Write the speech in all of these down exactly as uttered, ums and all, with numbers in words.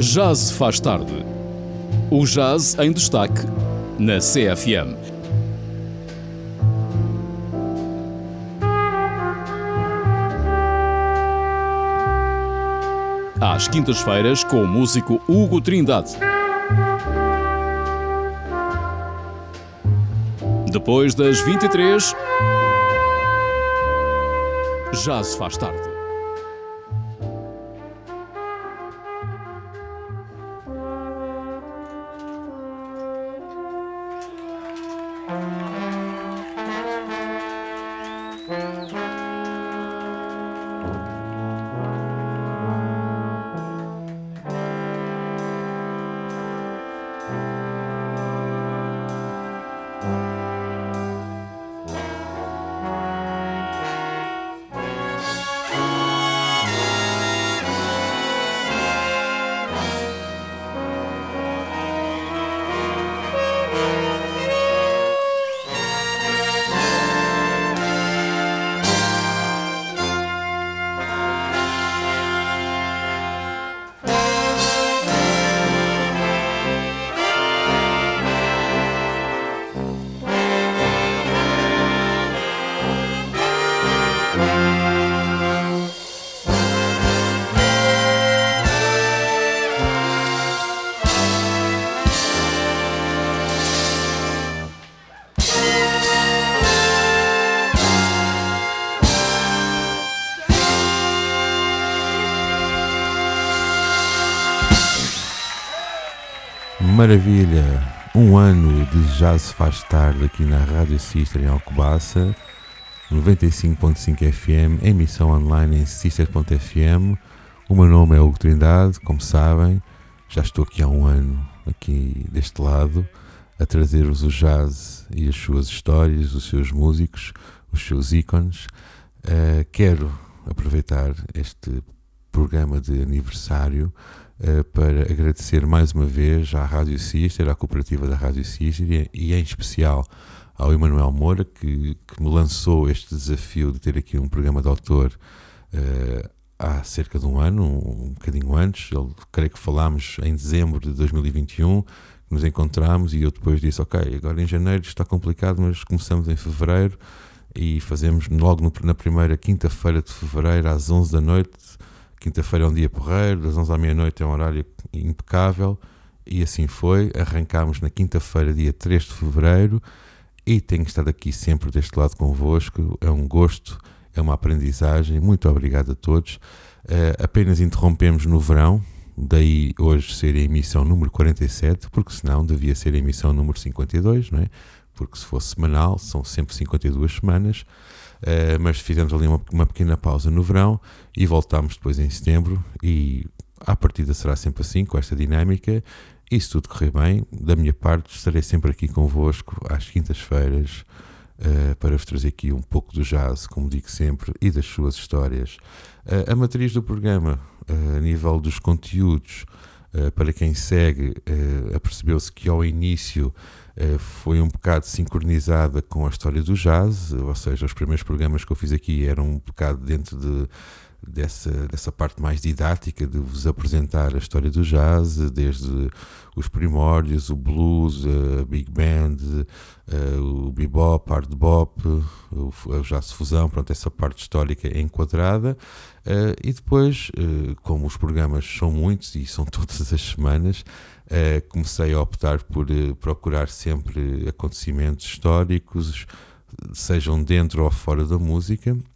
Já se faz tarde. O jazz em destaque na C F M. Às quintas-feiras com o músico Hugo Trindade. Depois das vinte e três, já se faz tarde. Maravilha! Um ano de Jazz se faz tarde aqui na Rádio Sister em Alcobaça, noventa e cinco ponto cinco F M, emissão online em sister ponto f m. O meu nome é Hugo Trindade, como sabem, já estou aqui há um ano, aqui deste lado, a trazer-vos o jazz e as suas histórias, os seus músicos, os seus ícones. Uh, quero aproveitar este programa de aniversário Uh, para agradecer mais uma vez à Rádio Sister, à cooperativa da Rádio Sister e, e em especial ao Emanuel Moura que, que me lançou este desafio de ter aqui um programa de autor uh, há cerca de um ano, um, um bocadinho antes. Ele, creio que falámos em dezembro de dois mil e vinte e um, nos encontramos e eu depois disse, ok, agora em janeiro está complicado, mas começamos em fevereiro e fazemos logo no, na primeira quinta-feira de fevereiro às onze da noite. Quinta-feira é um dia porreiro, das onze à meia-noite é um horário impecável e assim foi. Arrancámos na quinta-feira, dia três de fevereiro e tenho estado aqui sempre deste lado convosco. É um gosto, é uma aprendizagem. Muito obrigado a todos. Uh, apenas interrompemos no verão, daí hoje ser a emissão número quarenta e sete, porque senão devia ser a emissão número cinquenta e dois, não é? Porque se fosse semanal, são sempre cinquenta e duas semanas. Uh, mas fizemos ali uma, uma pequena pausa no verão e voltámos depois em setembro e à partida será sempre assim, com esta dinâmica, e se tudo correr bem, da minha parte estarei sempre aqui convosco às quintas-feiras uh, para vos trazer aqui um pouco do jazz, como digo sempre, e das suas histórias. Uh, a matriz do programa, uh, a nível dos conteúdos, uh, para quem segue, uh, apercebeu-se que ao início Uh, foi um bocado sincronizada com a história do jazz, ou seja, os primeiros programas que eu fiz aqui eram um bocado dentro de, dessa, dessa parte mais didática de vos apresentar a história do jazz, desde os primórdios, o blues, a big band, uh, o bebop, hard bop, o, o jazz fusão, pronto, essa parte histórica é enquadrada. Uh, e depois, uh, como os programas são muitos e são todas as semanas, Uh, comecei a optar por uh, procurar sempre acontecimentos históricos, sejam dentro ou fora da música, uh,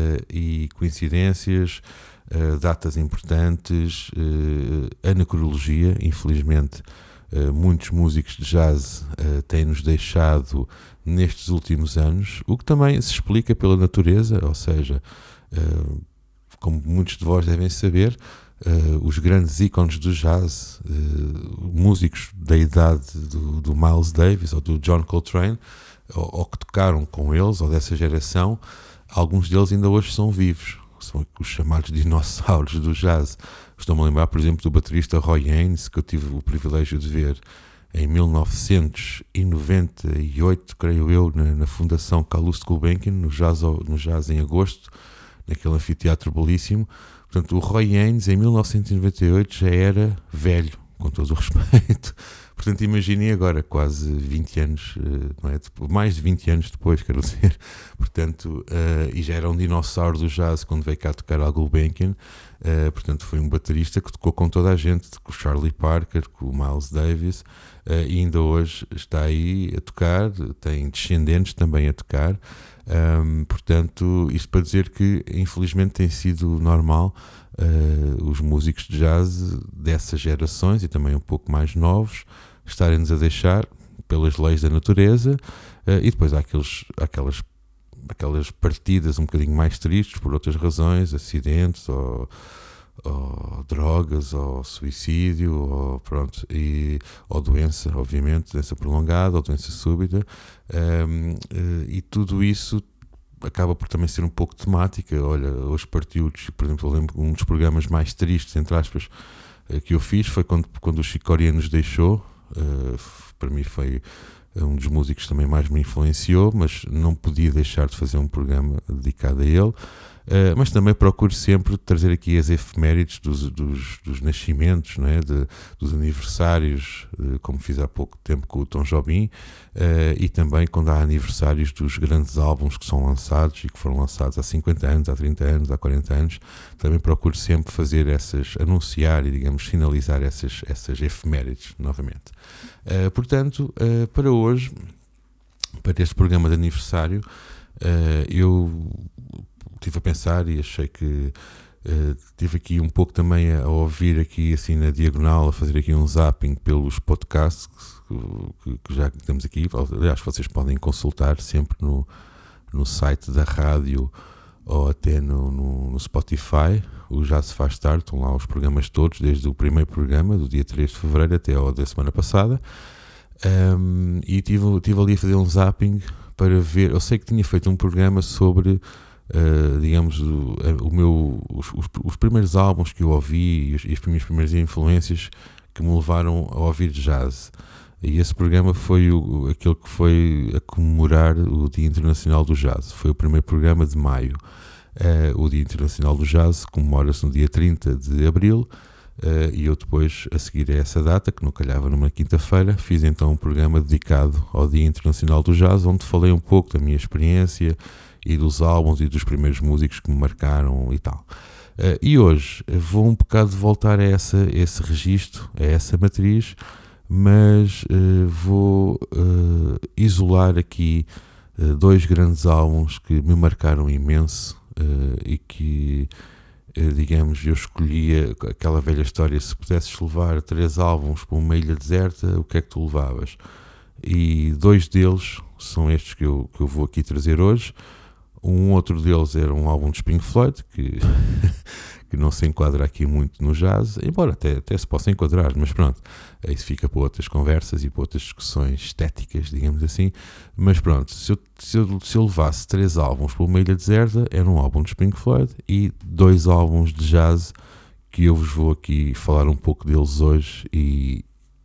e coincidências, uh, datas importantes, uh, anacronologia. Infelizmente, uh, muitos músicos de jazz uh, têm-nos deixado nestes últimos anos, o que também se explica pela natureza, ou seja, uh, como muitos de vós devem saber, Uh, os grandes ícones do jazz, uh, músicos da idade do, do Miles Davis ou do John Coltrane, ou, ou que tocaram com eles, ou dessa geração, alguns deles ainda hoje são vivos, são os chamados dinossauros do jazz. Estou-me a lembrar, por exemplo, do baterista Roy Haynes, que eu tive o privilégio de ver em mil novecentos e noventa e oito, creio eu, na, na Fundação Calouste Gulbenkian, no jazz, no jazz em agosto, naquele anfiteatro belíssimo. Portanto, o Roy Haynes, em mil novecentos e noventa e oito, já era velho, com todo o respeito. Portanto, imaginem agora, quase vinte anos, não é? Mais de vinte anos depois, quero dizer. Portanto, uh, e já era um dinossauro do jazz quando veio cá tocar a Gulbenkian. Uh, portanto, foi um baterista que tocou com toda a gente, com o Charlie Parker, com o Miles Davis, uh, e ainda hoje está aí a tocar, tem descendentes também a tocar. Um, portanto, isto para dizer que, infelizmente, tem sido normal uh, os músicos de jazz dessas gerações e também um pouco mais novos estarem-nos a deixar pelas leis da natureza, uh, e depois há aqueles, aquelas, aquelas partidas um bocadinho mais tristes por outras razões, acidentes ou, ou drogas ou suicídio ou, pronto, e, ou doença, obviamente, doença prolongada ou doença súbita, um, uh, e tudo isso acaba por também ser um pouco temática. Olha, hoje partiu, por exemplo, eu lembro um dos programas mais tristes, entre aspas, uh, que eu fiz foi quando, quando o Chico Corea nos deixou. Uh, para mim foi um dos músicos que também mais me influenciou, mas não podia deixar de fazer um programa dedicado a ele. Uh, mas também procuro sempre trazer aqui as efemérides dos, dos, dos nascimentos, não é? De, dos aniversários, uh, como fiz há pouco tempo com o Tom Jobim, uh, e também quando há aniversários dos grandes álbuns que são lançados e que foram lançados há cinquenta anos, há trinta anos, há quarenta anos. Também procuro sempre fazer essas, anunciar e, digamos, finalizar essas, essas efemérides novamente. Uh, portanto, uh, para hoje, para este programa de aniversário, uh, eu estive a pensar e achei que uh, estive aqui um pouco também a, a ouvir aqui assim na diagonal, a fazer aqui um zapping pelos podcasts que, que já temos aqui. Aliás, vocês podem consultar sempre no, no site da rádio ou até no, no, no Spotify. O Já Se Faz Tarde, estão lá os programas todos, desde o primeiro programa do dia três de fevereiro até ao da semana passada. Um, e estive, estive ali a fazer um zapping para ver. Eu sei que tinha feito um programa sobre Uh, digamos, o, o meu, os, os, os primeiros álbuns que eu ouvi e, os, e as minhas primeiras influências que me levaram a ouvir jazz. E esse programa foi o, aquele que foi a comemorar o Dia Internacional do Jazz. Foi o primeiro programa de maio. Uh, o Dia Internacional do Jazz comemora-se no dia trinta de abril, uh, e eu depois, a seguir a essa data, que não calhava numa quinta-feira, fiz então um programa dedicado ao Dia Internacional do Jazz, onde falei um pouco da minha experiência e dos álbuns e dos primeiros músicos que me marcaram e tal. Uh, e hoje vou um bocado voltar a, essa, a esse registro, a essa matriz, mas uh, vou uh, isolar aqui uh, dois grandes álbuns que me marcaram imenso, uh, e que, uh, digamos, eu escolhia aquela velha história: se pudesses levar três álbuns para uma ilha deserta, o que é que tu levavas? E dois deles são estes que eu, que eu vou aqui trazer hoje. Um outro deles era um álbum de Pink Floyd, que, que não se enquadra aqui muito no jazz, embora até, até se possa enquadrar, mas pronto, isso fica para outras conversas e para outras discussões estéticas, digamos assim. Mas pronto, se eu, se eu, se eu levasse três álbuns para uma ilha deserta, era um álbum de Pink Floyd e dois álbuns de jazz que eu vos vou aqui falar um pouco deles hoje e,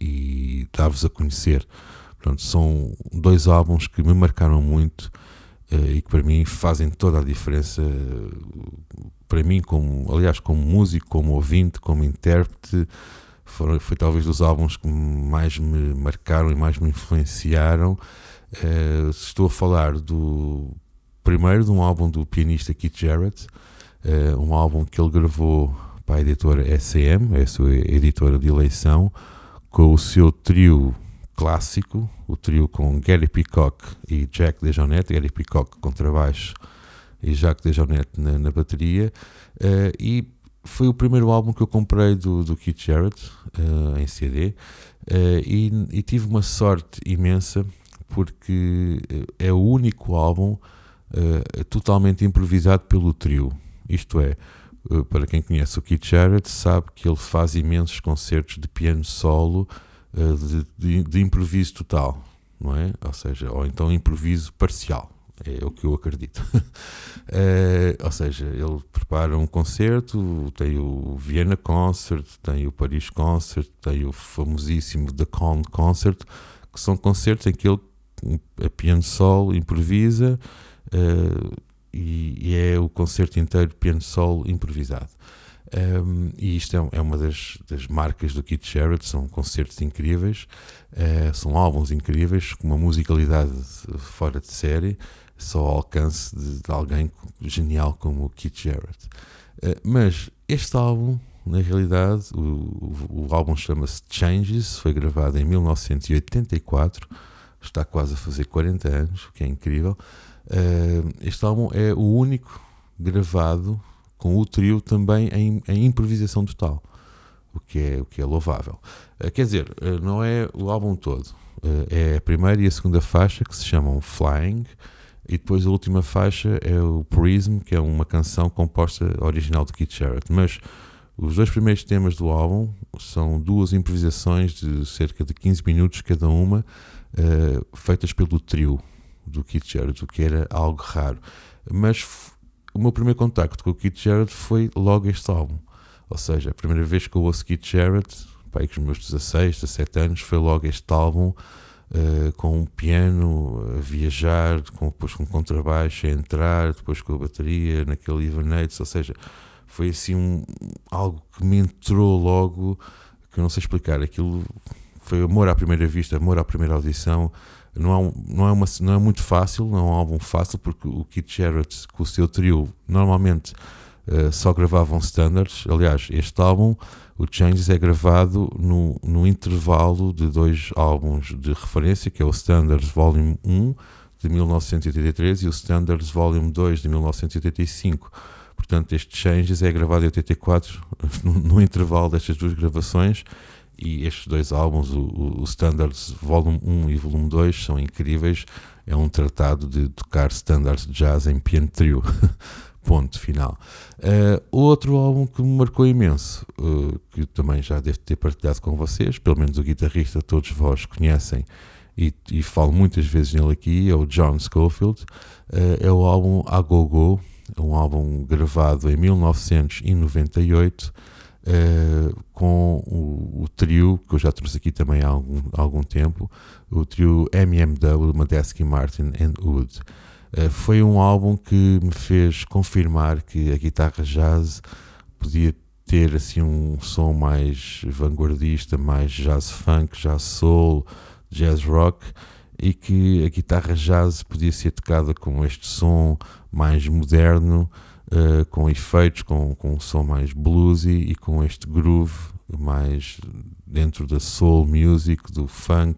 e dar-vos a conhecer. Portanto, são dois álbuns que me marcaram muito, Uh, e que para mim fazem toda a diferença, uh, para mim, como, aliás, como músico, como ouvinte, como intérprete. Foram, foi talvez dos álbuns que mais me marcaram e mais me influenciaram. Uh, estou a falar do primeiro, de um álbum do pianista Keith Jarrett, uh, um álbum que ele gravou para a editora S C M, é a sua editora de eleição, com o seu trio clássico, o trio com Gary Peacock e Jack DeJohnette, Gary Peacock contrabaixo e Jack DeJohnette na, na bateria, uh, e foi o primeiro álbum que eu comprei do, do Keith Jarrett, uh, em C D, uh, e, e tive uma sorte imensa, porque é o único álbum uh, totalmente improvisado pelo trio. Isto é, uh, para quem conhece o Keith Jarrett sabe que ele faz imensos concertos de piano solo, De, de, de improviso total, não é? Ou seja, ou então improviso parcial, é o que eu acredito. é, ou seja, ele prepara um concerto, tem o Vienna Concert, tem o Paris Concert, tem o famosíssimo The Calm Concert, que são concertos em que ele, a piano solo, improvisa, uh, e, e é o concerto inteiro piano solo improvisado. Um, e isto é, é uma das, das marcas do Keith Jarrett. São concertos incríveis, uh, são álbuns incríveis, com uma musicalidade fora de série, só ao alcance de, de alguém genial como o Keith Jarrett. Uh, mas este álbum, na realidade, o, o, o álbum chama-se Changes, foi gravado em mil novecentos e oitenta e quatro, está quase a fazer quarenta anos, o que é incrível. Uh, este álbum é o único gravado com o trio também em, em improvisação total, o que é, o que é louvável. Uh, quer dizer, uh, não é o álbum todo, uh, é a primeira e a segunda faixa, que se chamam Flying, e depois a última faixa é o Prism, que é uma canção composta original de Keith Jarrett. Mas os dois primeiros temas do álbum são duas improvisações de cerca de quinze minutos cada uma, uh, feitas pelo trio do Keith Jarrett, o que era algo raro. Mas f- o meu primeiro contacto com o Keith Jarrett foi logo este álbum. Ou seja, a primeira vez que eu ouço Keith Jarrett, pai, com os meus dezasseis, dezassete anos, foi logo este álbum, uh, com um piano a viajar, com, depois com contrabaixo a entrar, depois com a bateria naquele Evenates. Ou seja, foi assim um, algo que me entrou logo, que eu não sei explicar. Aquilo foi amor à primeira vista, amor à primeira audição. Não é, um, não, é uma, não é muito fácil, não é um álbum fácil, porque o Keith Jarrett, com o seu trio, normalmente uh, só gravavam standards. Aliás, este álbum, o Changes, é gravado no, no intervalo de dois álbuns de referência, que é o Standards Volume um, de mil novecentos e oitenta e três, e o Standards Volume dois, de mil novecentos e oitenta e cinco. Portanto, este Changes é gravado em oitenta e quatro, no, no intervalo destas duas gravações. E estes dois álbuns, o, o Standards Volume um e Volume dois, são incríveis. É um tratado de tocar standards de jazz em piano trio. Ponto final. Uh, outro álbum que me marcou imenso, uh, que também já devo ter partilhado com vocês, pelo menos o guitarrista todos vós conhecem e, e falo muitas vezes nele aqui, é o John Scofield. Uh, é o álbum A Go Go, um álbum gravado em mil novecentos e noventa e oito, uh, com o, o trio, que eu já trouxe aqui também há algum, há algum tempo, o trio M M W, Medeski, Martin and Wood. Uh, foi um álbum que me fez confirmar que a guitarra jazz podia ter assim um som mais vanguardista, mais jazz funk, jazz soul, jazz rock, e que a guitarra jazz podia ser tocada com este som mais moderno, uh, com efeitos, com, com um som mais bluesy e com este groove mais dentro da soul music, do funk,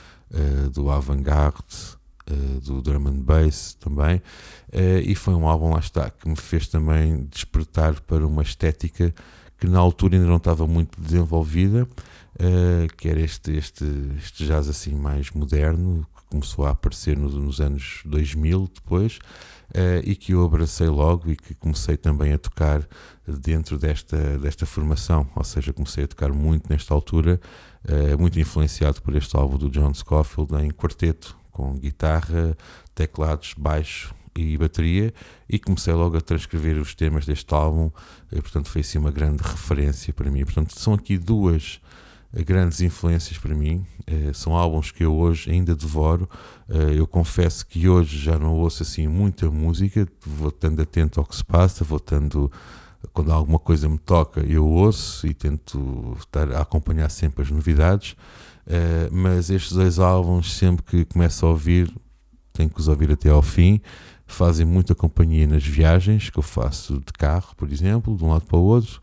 uh, do avant-garde, uh, do drum and bass também. Uh, e foi um álbum, lá está, que me fez também despertar para uma estética que na altura ainda não estava muito desenvolvida, uh, que era este, este, este jazz assim mais moderno, que começou a aparecer nos, nos anos dois mil depois, uh, e que eu abracei logo e que comecei também a tocar dentro desta, desta formação. Ou seja, comecei a tocar muito nesta altura, uh, muito influenciado por este álbum do John Scofield em quarteto, com guitarra, teclados, baixo e bateria, e comecei logo a transcrever os temas deste álbum. E, portanto, foi assim uma grande referência para mim. Portanto, são aqui duas grandes influências para mim. Eh, são álbuns que eu hoje ainda devoro. Eh, eu confesso que hoje já não ouço assim muita música, vou estando atento ao que se passa, vou estando, quando alguma coisa me toca, eu ouço e tento estar a acompanhar sempre as novidades. Eh, mas estes dois álbuns, sempre que começo a ouvir, tenho que os ouvir até ao fim. Fazem muita companhia nas viagens que eu faço de carro, por exemplo, de um lado para o outro,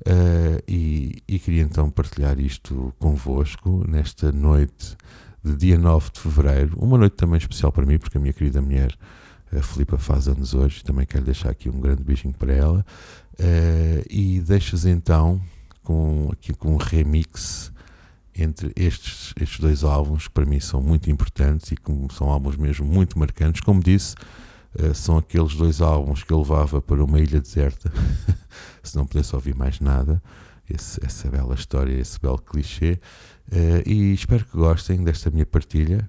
uh, e, e queria então partilhar isto convosco nesta noite de dia nove de fevereiro, uma noite também especial para mim, porque a minha querida mulher, a Filipa, faz anos hoje, também quero deixar aqui um grande beijinho para ela, uh, e deixo-vos então com, aqui, com um remix entre estes, estes dois álbuns, que para mim são muito importantes e que são álbuns mesmo muito marcantes. Como disse, Uh, são aqueles dois álbuns que eu levava para uma ilha deserta se não pudesse ouvir mais nada. Esse, essa bela história, esse belo clichê, uh, e espero que gostem desta minha partilha,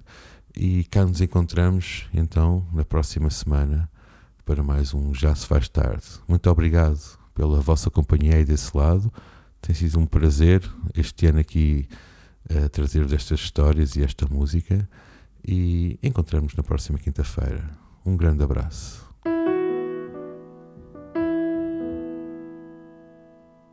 e cá nos encontramos então na próxima semana para mais um Já Se Faz Tarde. Muito obrigado pela vossa companhia aí desse lado, tem sido um prazer este ano aqui uh, trazer-vos estas histórias e esta música, e encontramos na próxima quinta-feira. Um grande abraço.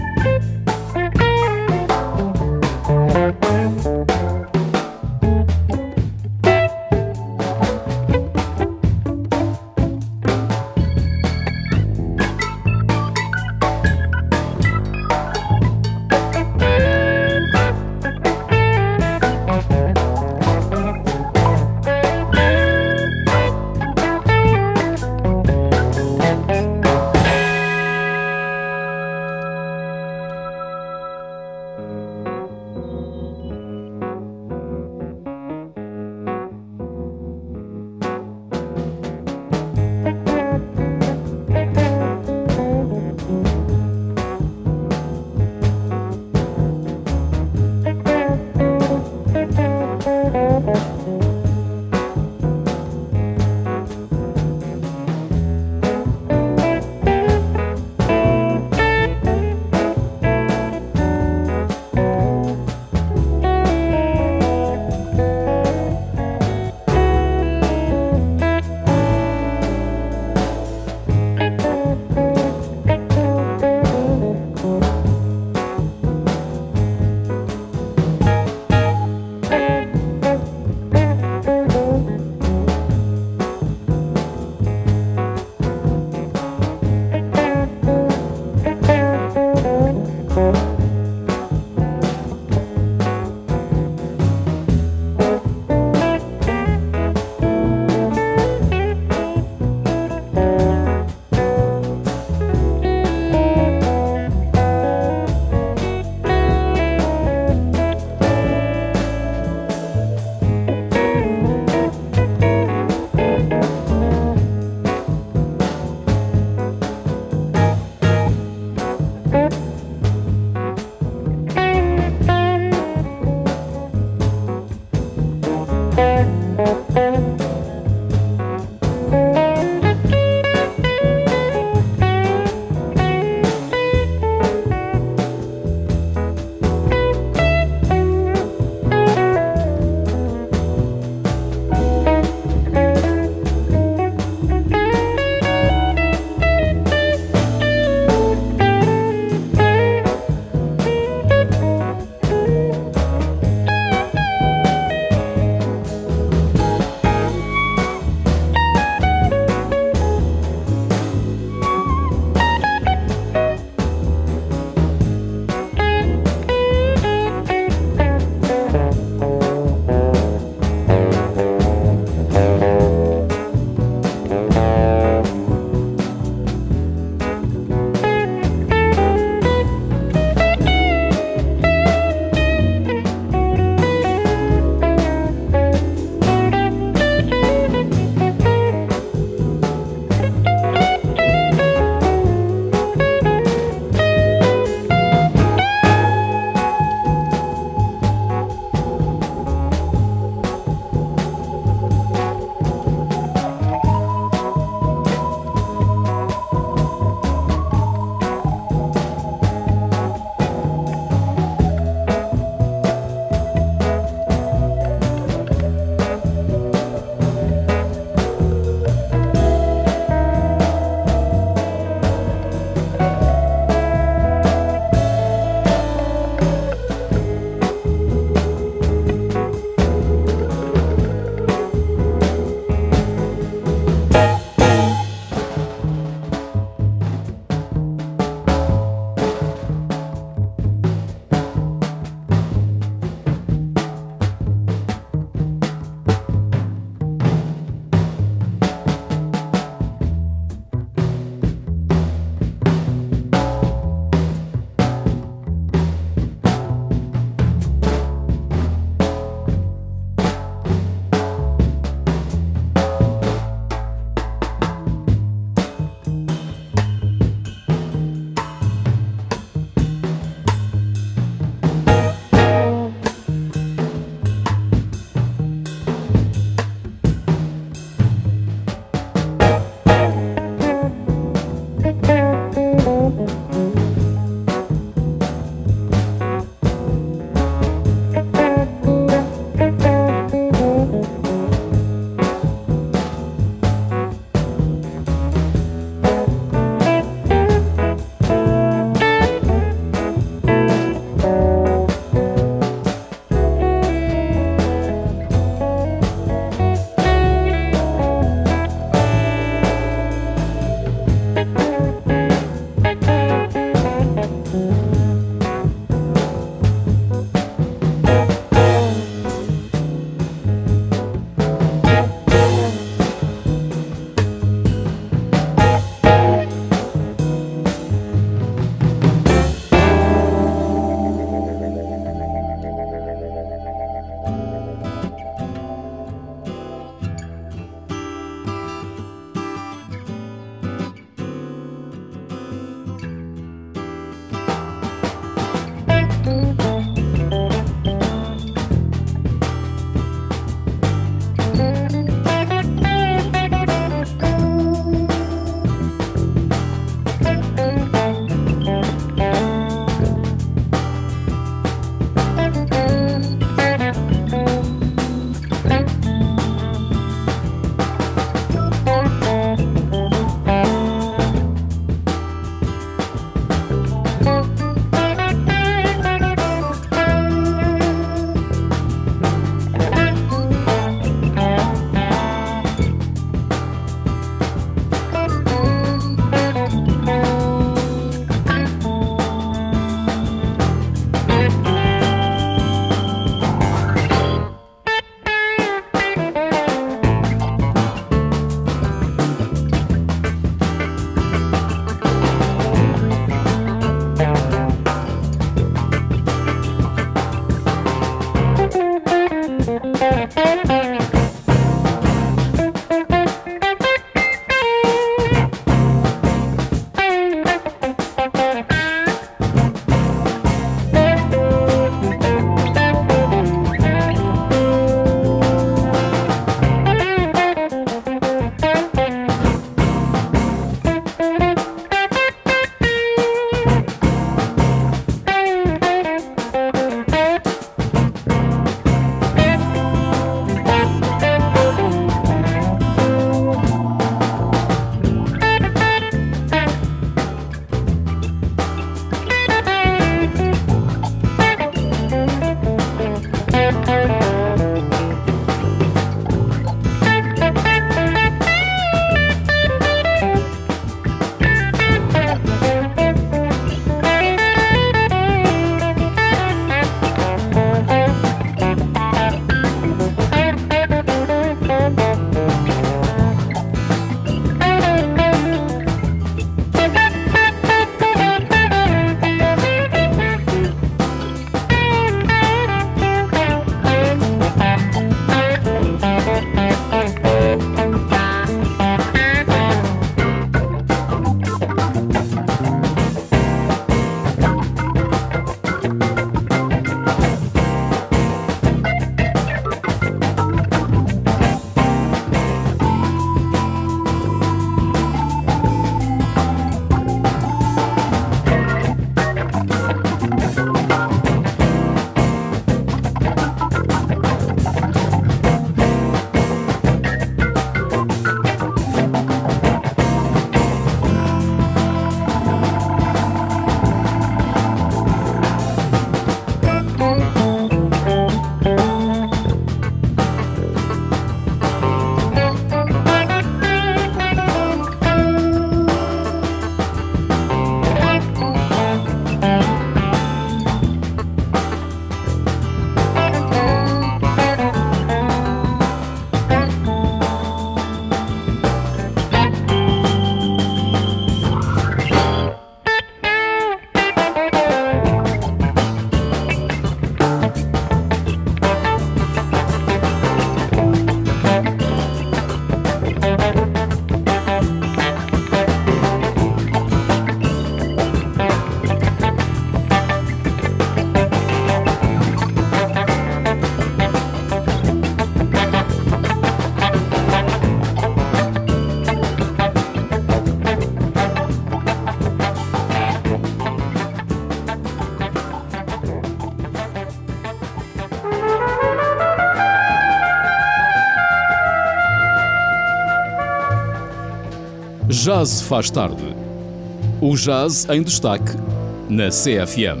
Já se faz tarde. O jazz em destaque na C F M.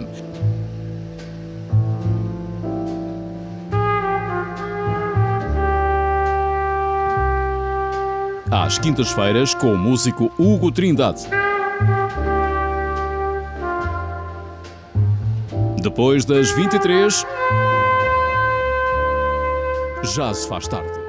Às quintas-feiras com o músico Hugo Trindade. Depois das vinte e três, já se faz tarde.